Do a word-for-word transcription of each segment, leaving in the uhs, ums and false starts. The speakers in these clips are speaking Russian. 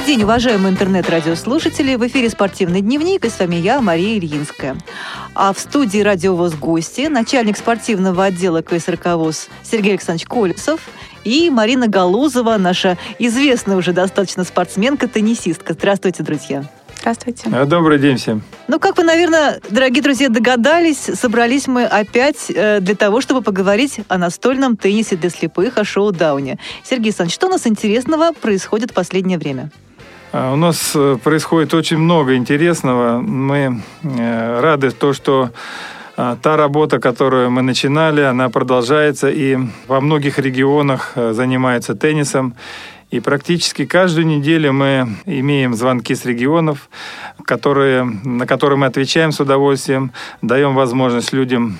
день, уважаемые интернет-радиослушатели! В эфире «Спортивный дневник», и с вами я, Мария Ильинская. А в студии «Радио ВОС» гости, начальник спортивного отдела КСРК ВОС Сергей Александрович Колесов и Марина Галузова, наша известная уже достаточно спортсменка, теннисистка. Здравствуйте, друзья! Здравствуйте. Добрый день всем. Ну, как вы, наверное, дорогие друзья, догадались, собрались мы опять э, для того, чтобы поговорить о настольном теннисе для слепых, о шоу-дауне. Сергей Александрович, что у нас интересного происходит в последнее время? У нас происходит очень много интересного. Мы рады то, что та работа, которую мы начинали, она продолжается, и во многих регионах занимаются теннисом. И практически каждую неделю мы имеем звонки с регионов, которые, на которые мы отвечаем с удовольствием, даем возможность людям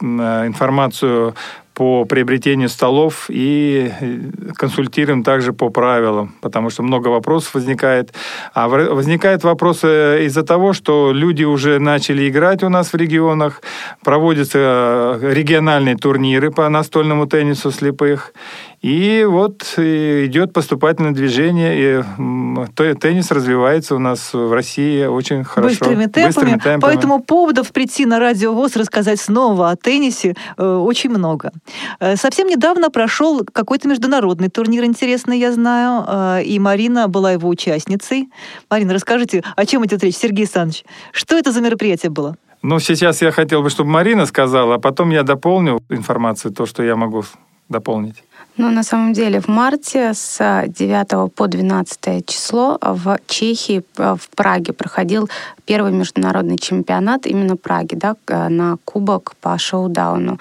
информацию по приобретению столов и консультируем также по правилам, потому что много вопросов возникает. А возникают вопросы из-за того, что люди уже начали играть у нас в регионах, проводятся региональные турниры по настольному теннису слепых, и вот идет поступательное движение, и теннис развивается у нас в России очень хорошо. Быстрыми темпами. Быстрыми темпами. Поэтому поводов прийти на Радио ВОС рассказать снова о теннисе очень много. Совсем недавно прошел какой-то международный турнир интересный, я знаю, и Марина была его участницей. Марина, расскажите, о чем идет речь, Сергей Александрович? Что это за мероприятие было? Ну, сейчас я хотел бы, чтобы Марина сказала, а потом я дополню информацию, то, что я могу дополнить. Ну, на самом деле, в марте с девятого по двенадцатое число в Чехии, в Праге, проходил первый международный чемпионат именно Праги, да, на кубок по шоу-дауну.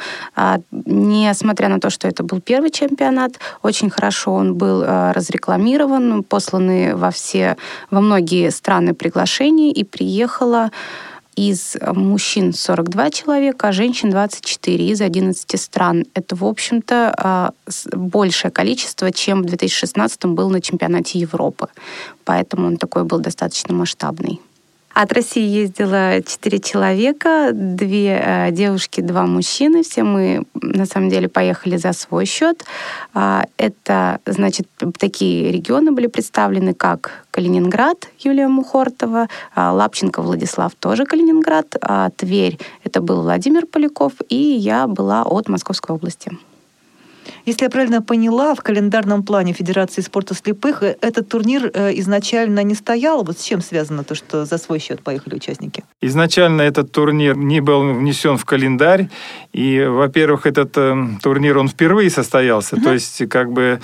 Несмотря на то, что это был первый чемпионат, очень хорошо он был разрекламирован, посланы во все, во многие страны приглашения, и приехало из мужчин сорок два человека, а женщин двадцать четыре из одиннадцати стран. Это, в общем-то, большее количество, чем в две тысячи шестнадцатом был на чемпионате Европы. Поэтому он такой был достаточно масштабный. От России ездило четыре человека, две э, девушки, два мужчины. Все мы, на самом деле, поехали за свой счет. А, это, значит, такие регионы были представлены, как Калининград, Юлия Мухортова, а, Лапченко Владислав, тоже Калининград, а, Тверь, это был Владимир Поляков, и я была от Московской области. Если я правильно поняла, в календарном плане Федерации спорта слепых этот турнир изначально не стоял. Вот с чем связано то, что за свой счет поехали участники? Изначально этот турнир не был внесен в календарь. И, во-первых, этот э, турнир, он впервые состоялся. Uh-huh. То есть, как бы,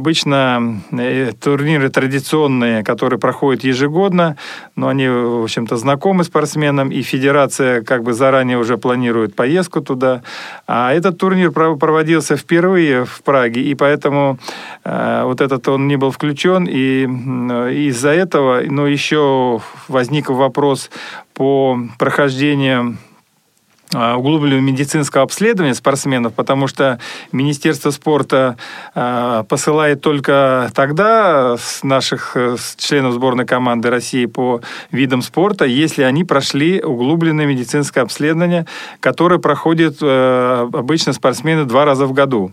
обычно э, турниры традиционные, которые проходят ежегодно, но они, в общем-то, знакомы спортсменам, и Федерация, как бы, заранее уже планирует поездку туда. А этот турнир проводился впервые в Праге, и поэтому э, вот этот он не был включен, и э, из-за этого, ну, еще возник вопрос по прохождению углубленного медицинского обследования спортсменов, потому что Министерство спорта э, посылает только тогда с наших с членов сборной команды России по видам спорта, если они прошли углубленное медицинское обследование, которое проходит э, обычно спортсмены два раза в году.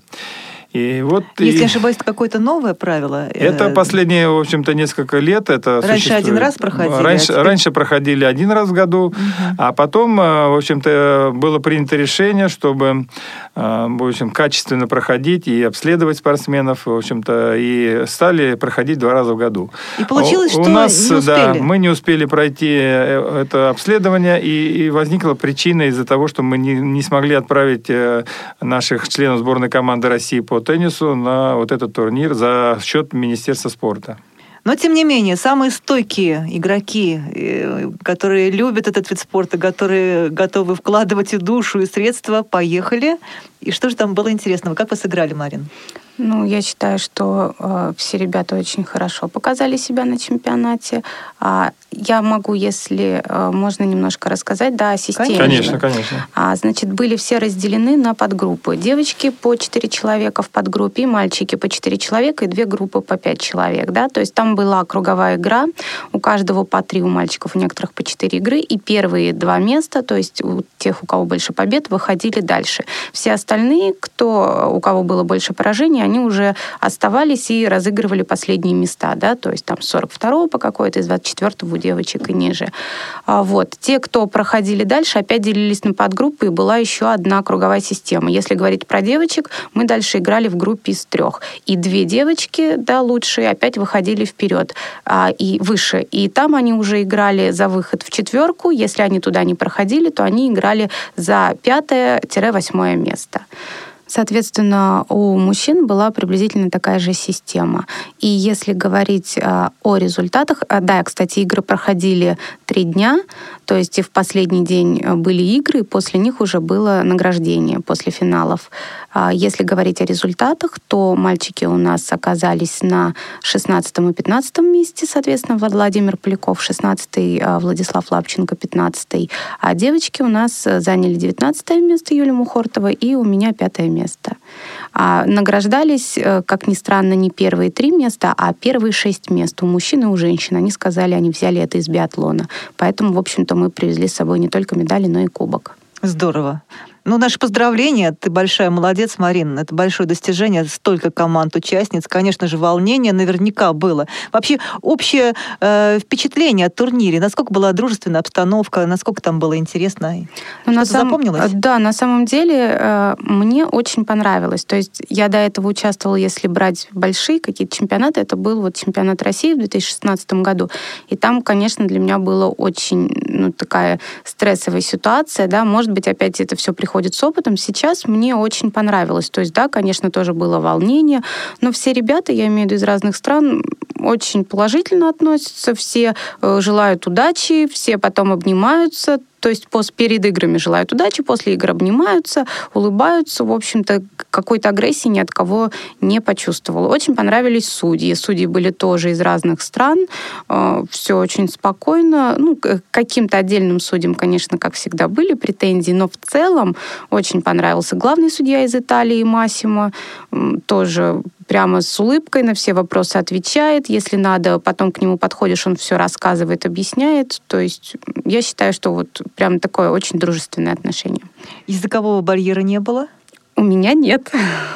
И вот, Если и... не ошибаюсь, это какое-то новое правило? Это последние, в общем-то, несколько лет. Это раньше существует. один раз проходили? Раньше, а теперь... раньше проходили один раз в году, угу. А потом, в общем-то, было принято решение, чтобы, в общем, качественно проходить и обследовать спортсменов, в общем-то, и стали проходить два раза в году. И получилось, у, что у нас, не успели? Да, мы не успели пройти это обследование, и, и возникла причина из-за того, что мы не, не смогли отправить наших членов сборной команды России по теннису на вот этот турнир за счет Министерства спорта. Но, тем не менее, самые стойкие игроки, которые любят этот вид спорта, которые готовы вкладывать и душу, и средства, поехали. И что же там было интересного? Как вы сыграли, Марин? Ну, я считаю, что э, все ребята очень хорошо показали себя на чемпионате. А Я могу, если можно, немножко рассказать, да, о системе. Конечно, конечно. А, значит, были все разделены на подгруппы. Девочки по четыре человека в подгруппе, и мальчики по четыре человека, и две группы по пять человек, да, то есть там была круговая игра, у каждого по три, у мальчиков, у некоторых по четыре игры, и первые два места, то есть у тех, у кого больше побед, выходили дальше. Все остальные, кто, у кого было больше поражений, они уже оставались и разыгрывали последние места, да, то есть там с сорок второго по какой-то, из двадцать четвёртого у девочек и ниже. А вот. Те, кто проходили дальше, опять делились на подгруппы, и была еще одна круговая система. Если говорить про девочек, мы дальше играли в группе из трех. И две девочки, да, лучшие, опять выходили вперед а, и выше. И там они уже играли за выход в четверку. Если они туда не проходили, то они играли за пятое-восьмое место. Соответственно, у мужчин была приблизительно такая же система. И если говорить э, о результатах, э, да, кстати, игры проходили три дня, то есть и в последний день были игры, и после них уже было награждение, после финалов. А если говорить о результатах, то мальчики у нас оказались на шестнадцатом и пятнадцатом месте, соответственно, Владимир Поляков, шестнадцатый, Владислав Лапченко, пятнадцатый, а девочки у нас заняли девятнадцатое место, Юлия Мухортова, и у меня пятое место. А награждались, как ни странно, не первые три места, а первые шесть мест у мужчин и у женщин. Они сказали, они взяли это из биатлона. Поэтому, в общем-то, мы привезли с собой не только медали, но и кубок. Здорово. Ну, наши поздравления. Ты большая молодец, Марина. Это большое достижение. Столько команд-участниц. Конечно же, волнение наверняка было. Вообще, общее э, впечатление от турнира. Насколько была дружественная обстановка, насколько там было интересно? Ну, Что-то на сам... запомнилось? Да, на самом деле э, мне очень понравилось. То есть я до этого участвовала, если брать большие какие-то чемпионаты, это был вот чемпионат России в две тысячи шестнадцатом году. И там, конечно, для меня была очень ну, такая стрессовая ситуация. Да? Может быть, опять это все приходит с опытом. Сейчас мне очень понравилось. То есть, да, конечно, тоже было волнение, но все ребята, я имею в виду из разных стран, очень положительно относятся, все э, желают удачи, все потом обнимаются. То есть перед играми желают удачи, после игр обнимаются, улыбаются. В общем-то, какой-то агрессии ни от кого не почувствовала. Очень понравились судьи. Судьи были тоже из разных стран. Все очень спокойно. Ну, к каким-то отдельным судьям, конечно, как всегда, были претензии, но в целом очень понравился главный судья из Италии Массимо. Тоже прямо с улыбкой на все вопросы отвечает. Если надо, потом к нему подходишь, он все рассказывает, объясняет. То есть я считаю, что вот прям такое очень дружественное отношение. Языкового барьера не было? У меня нет.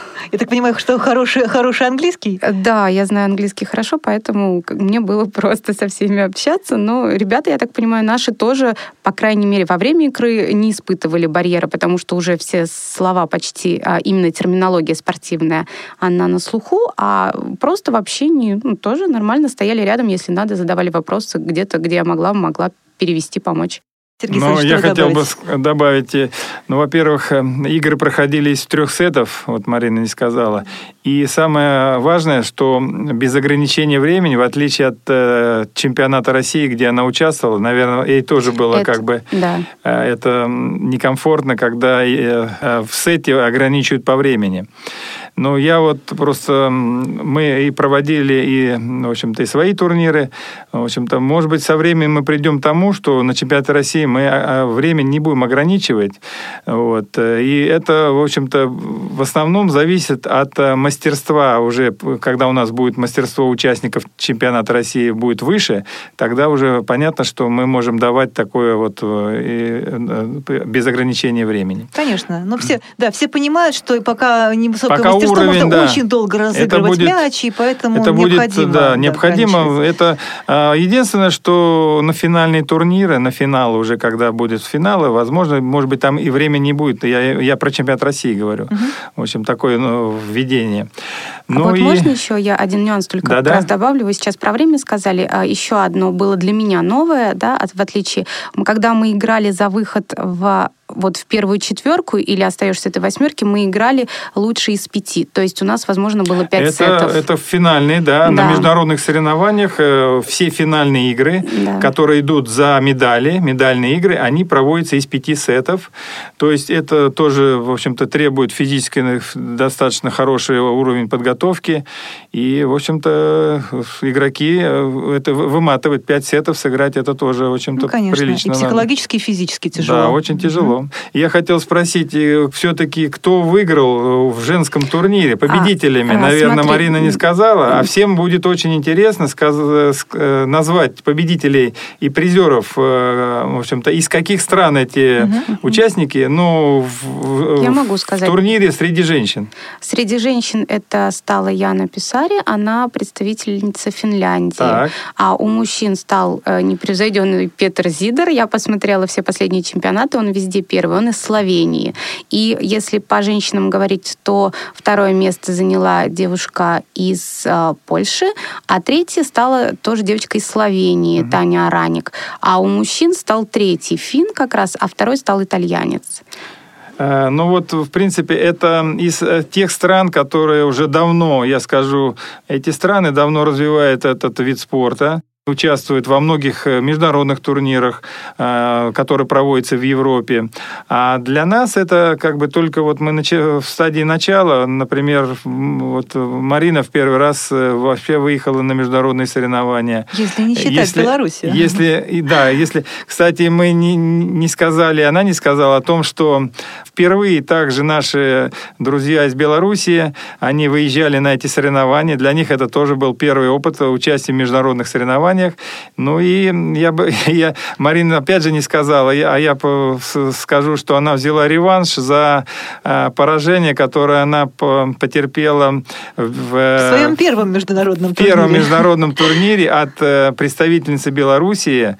Я так понимаю, что хороший, хороший английский? Да, я знаю английский хорошо, поэтому мне было просто со всеми общаться. Но ребята, я так понимаю, наши тоже, по крайней мере, во время игры не испытывали барьера, потому что уже все слова почти, а именно терминология спортивная, она на слуху, а просто в общении ну, тоже нормально стояли рядом, если надо, задавали вопросы где-то, где я могла, могла перевести, помочь. Сергей ну, Александрович, я хотел добавить? бы добавить, ну, во-первых, игры проходили из трех сетов, вот Марина не сказала, и самое важное, что без ограничения времени, в отличие от э, чемпионата России, где она участвовала, наверное, ей тоже было это, как бы да. э, это некомфортно, когда э, э, в сете ограничивают по времени. Ну, я вот просто... Мы и проводили, и, в общем-то, и свои турниры. В общем-то, может быть, со временем мы придем к тому, что на чемпионате России мы время не будем ограничивать. Вот. И это, в общем-то, в основном зависит от мастерства. Уже когда у нас будет мастерство участников чемпионата России будет выше, тогда уже понятно, что мы можем давать такое вот без ограничения времени. Конечно. Но все, да, все понимают, что пока невысокое пока мастерство, уровень, можно да. очень долго разыгрывать будет, мяч, и поэтому это необходимо. Будет, да, да, необходимо. Это а, единственное, что на финальные турниры, на финалы уже, когда будет финалы, возможно, может быть, там и времени не будет. Я, я про чемпионат России говорю. Угу. В общем, такое ну, введение. Ну, а вот и... можно еще я один нюанс только Да-да. раз добавлю? Вы сейчас про время сказали. Еще одно было для меня новое, да, в отличие. Когда мы играли за выход в вот в первую четверку или остаешься в этой восьмерке, мы играли лучше из пяти. То есть у нас, возможно, было пять это, сетов. Это финальные, да, да. На международных соревнованиях э, все финальные игры, да. которые идут за медали, медальные игры, они проводятся из пяти сетов. То есть это тоже, в общем-то, требует физически достаточно хороший уровень подготовки. И, в общем-то, игроки это выматывают. Пять сетов сыграть, это тоже, в общем-то, ну, конечно. прилично. И психологически, и физически тяжело. Да, очень тяжело. Mm-hmm. Я хотел спросить, все-таки, кто выиграл в женском турнире? Победителями, а, наверное, смотри. Марина не сказала. А всем будет очень интересно сказ- назвать победителей и призеров, в общем-то, из каких стран эти mm-hmm. участники, ну, в, Я могу сказать. в турнире среди женщин. Среди женщин это стала Яна Писари, она представительница Финляндии. Так. А у мужчин стал непревзойденный Петр Зидер. Я посмотрела все последние чемпионаты, он везде первый, он из Словении. И если по женщинам говорить, то второе место заняла девушка из э, Польши, а третья стала тоже девочка из Словении, mm-hmm. Таня Араник. А у мужчин стал третий финн как раз, а второй стал итальянец. Ну вот, в принципе, это из тех стран, которые уже давно, я скажу, эти страны давно развивают этот вид спорта. Участвует во многих международных турнирах, которые проводятся в Европе. А для нас это как бы только вот мы в стадии начала. Например, вот Марина в первый раз вообще выехала на международные соревнования. Если не считать если, Белоруссию. Если, да, если, кстати, мы не, не сказали, она не сказала о том, что впервые также наши друзья из Белоруссии, они выезжали на эти соревнования. Для них это тоже был первый опыт участия в международных соревнованиях. Ну и я бы, я, Марина опять же не сказала, я, а я скажу, что она взяла реванш за а, поражение, которое она по, потерпела в, в своем первом международном турнире. первом международном турнире от а, представительницы Белоруссии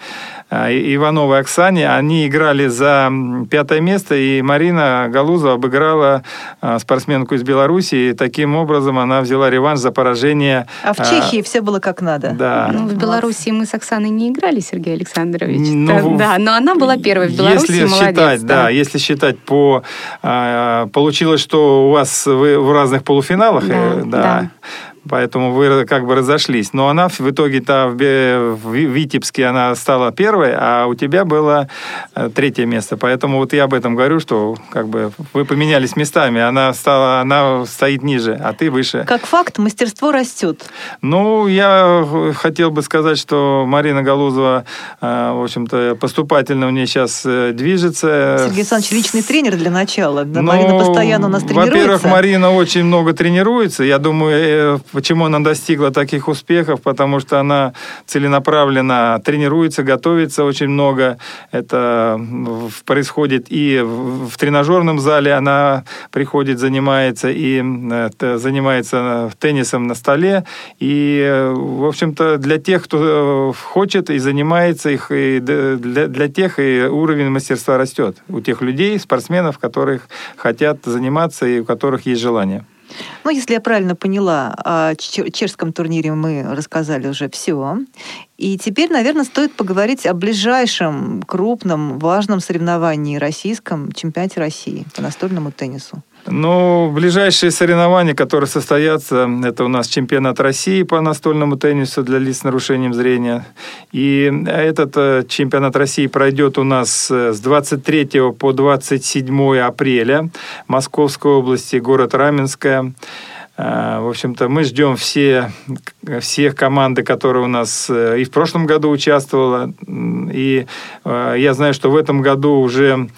Ивановой Оксане. Они играли за пятое место, и Марина Галузова обыграла спортсменку из Белоруссии, и таким образом она взяла реванш за поражение. А в Чехии а, все было как надо. Да. Ну, в Белоруссии мы с Оксаной не играли, Сергей Александрович. Ну, да, но она была первой в Белоруссии, если молодец. Считать, да. да, если считать по... Получилось, что у вас вы в разных полуфиналах, да, да, да. Поэтому вы как бы разошлись. Но она в итоге-то в Витебске она стала первой, а у тебя было третье место. Поэтому вот я об этом говорю, что как бы вы поменялись местами. Она стала, она стоит ниже, а ты выше. Как факт, мастерство растет. Ну, я хотел бы сказать, что Марина Галузова, в общем-то, поступательно у нее сейчас движется. Сергей Александрович личный тренер для начала. Но, Марина постоянно у нас тренируется. Во-первых, Марина очень много тренируется. Я думаю, почему она достигла таких успехов? Потому что она целенаправленно тренируется, готовится очень много. Это происходит и в тренажерном зале. Она приходит, занимается и занимается теннисом на столе. И, в общем-то, для тех, кто хочет и занимается, их, и для, для тех и уровень мастерства растет. У тех людей, спортсменов, которых хотят заниматься и у которых есть желание. Ну, если я правильно поняла, о чешском турнире мы рассказали уже все. И теперь, наверное, стоит поговорить о ближайшем, крупном, важном соревновании российском, чемпионате России по настольному теннису. Ну, ближайшие соревнования, которые состоятся, это у нас чемпионат России по настольному теннису для лиц с нарушением зрения. И этот чемпионат России пройдет у нас с двадцать третьего по двадцать седьмое апреля в Московской области, город Раменское. В общем-то, мы ждем все, всех команды, которые у нас и в прошлом году участвовала. И я знаю, что в этом году уже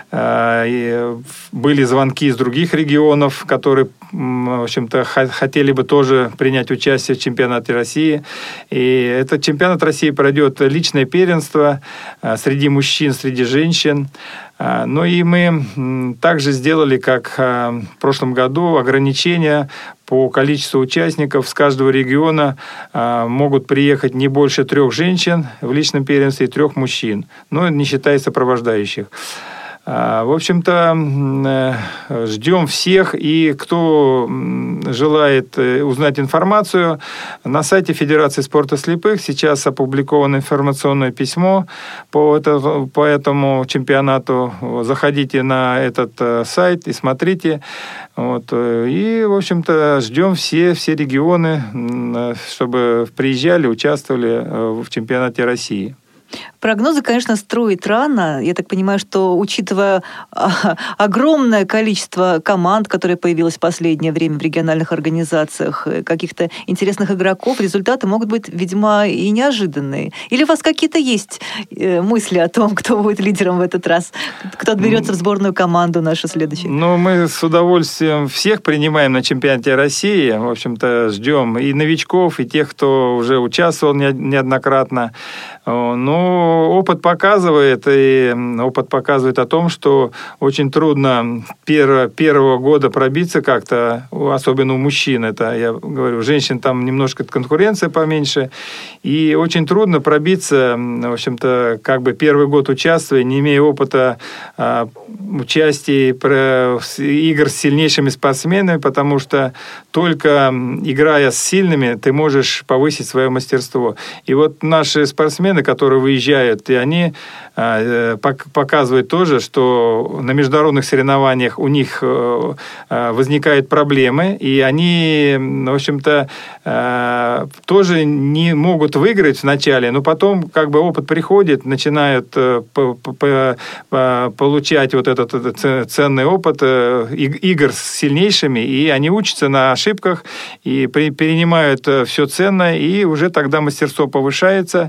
были звонки из других регионов, которые, в общем-то, хотели бы тоже принять участие в чемпионате России. И этот чемпионат России пройдет личное первенство среди мужчин, среди женщин. Ну и мы также сделали, как в прошлом году, ограничения по количеству участников. С каждого региона могут приехать не больше трех женщин в личном первенстве и трех мужчин, но не считая сопровождающих. В общем-то, ждем всех, и кто желает узнать информацию, на сайте Федерации спорта слепых сейчас опубликовано информационное письмо по, это, по этому чемпионату. Заходите на этот сайт и смотрите. Вот. И, в общем-то, ждем все, все регионы, чтобы приезжали, участвовали в чемпионате России. Прогнозы, конечно, строить рано. Я так понимаю, что, учитывая огромное количество команд, которые появилось в последнее время в региональных организациях, каких-то интересных игроков, результаты могут быть, видимо, и неожиданные. Или у вас какие-то есть мысли о том, кто будет лидером в этот раз? Кто отберется в сборную команду нашу следующую? Ну, мы с удовольствием всех принимаем на чемпионате России. В общем-то, ждем и новичков, и тех, кто уже участвовал неоднократно. Но опыт показывает, и опыт показывает о том, что очень трудно пер, первого года пробиться как-то, особенно у мужчин. Это, я говорю, у женщин там немножко конкуренция поменьше, и очень трудно пробиться, в общем-то, как бы первый год участвуя, не имея опыта а, участия игр с сильнейшими спортсменами, потому что только играя с сильными, ты можешь повысить свое мастерство. И вот наши спортсмены, которые выезжают, и они э, показывают тоже, что на международных соревнованиях у них э, возникают проблемы, и они, в общем-то, э, тоже не могут выиграть вначале, но потом как бы опыт приходит, начинают э, по, по, по, получать вот этот, этот ценный опыт э, игр с сильнейшими, и они учатся на ошибках, и при, перенимают все ценное, и уже тогда мастерство повышается,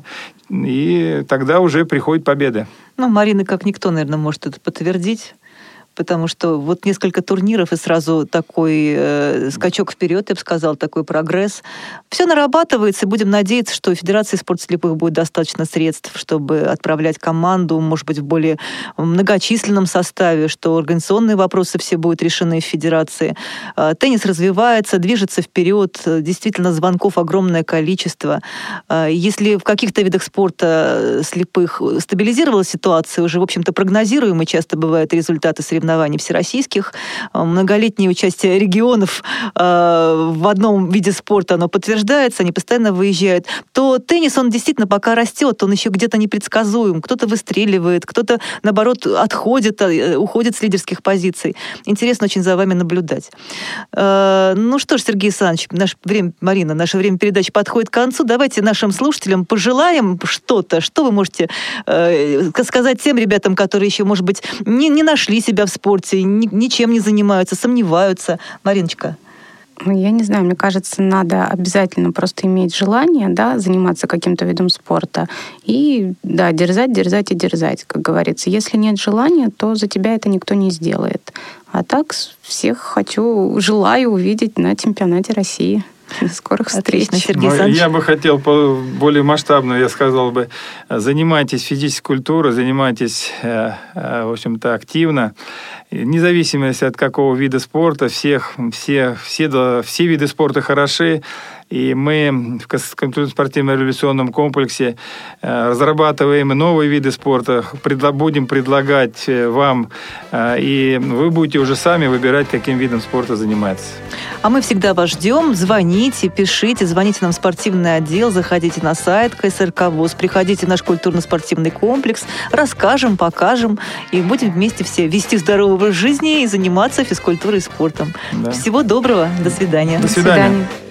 и тогда уже приходят победы. Ну, Марина, как никто, наверное, может это подтвердить. Потому что вот несколько турниров и сразу такой э, скачок вперед, я бы сказал, такой прогресс. Все нарабатывается, и будем надеяться, что у Федерации спорта слепых будет достаточно средств, чтобы отправлять команду, может быть, в более многочисленном составе, что организационные вопросы все будут решены в Федерации. Э, теннис развивается, движется вперед, действительно, звонков огромное количество. Э, если в каких-то видах спорта слепых стабилизировалась ситуация, уже, в общем-то, прогнозируемы часто бывают результаты соревнований, всероссийских, многолетнее участие регионов э, в одном виде спорта, оно подтверждается, они постоянно выезжают, то теннис, он действительно пока растет, он еще где-то непредсказуем, кто-то выстреливает, кто-то, наоборот, отходит, уходит с лидерских позиций. Интересно очень за вами наблюдать. Э, ну что ж, Сергей Александрович, наше время, Марина, наше время передачи подходит к концу. Давайте нашим слушателям пожелаем что-то, что вы можете э, сказать тем ребятам, которые еще, может быть, не, не нашли себя в спорте, ни, ничем не занимаются, сомневаются. Мариночка. Я не знаю, мне кажется, надо обязательно просто иметь желание, да, заниматься каким-то видом спорта. И, да, дерзать, дерзать и дерзать, как говорится. Если нет желания, то за тебя это никто не сделает. А так всех хочу, желаю увидеть на чемпионате России. До скорых встреч. Ну, я бы хотел более масштабно, я сказал бы, занимайтесь физической культурой, занимайтесь, в общем-то, активно. Независимо от какого вида спорта, всех, все, все, все виды спорта хороши. И мы в спортивно-революционном комплексе разрабатываем новые виды спорта, будем предлагать вам, и вы будете уже сами выбирать, каким видом спорта заниматься. А мы всегда вас ждем. Звоните, пишите, звоните нам в спортивный отдел, заходите на сайт ка эс эр ка ВОС, приходите в наш культурно-спортивный комплекс, расскажем, покажем, и будем вместе все вести здоровый образ жизни и заниматься физкультурой и спортом. Да. Всего доброго, до свидания. До свидания. До свидания.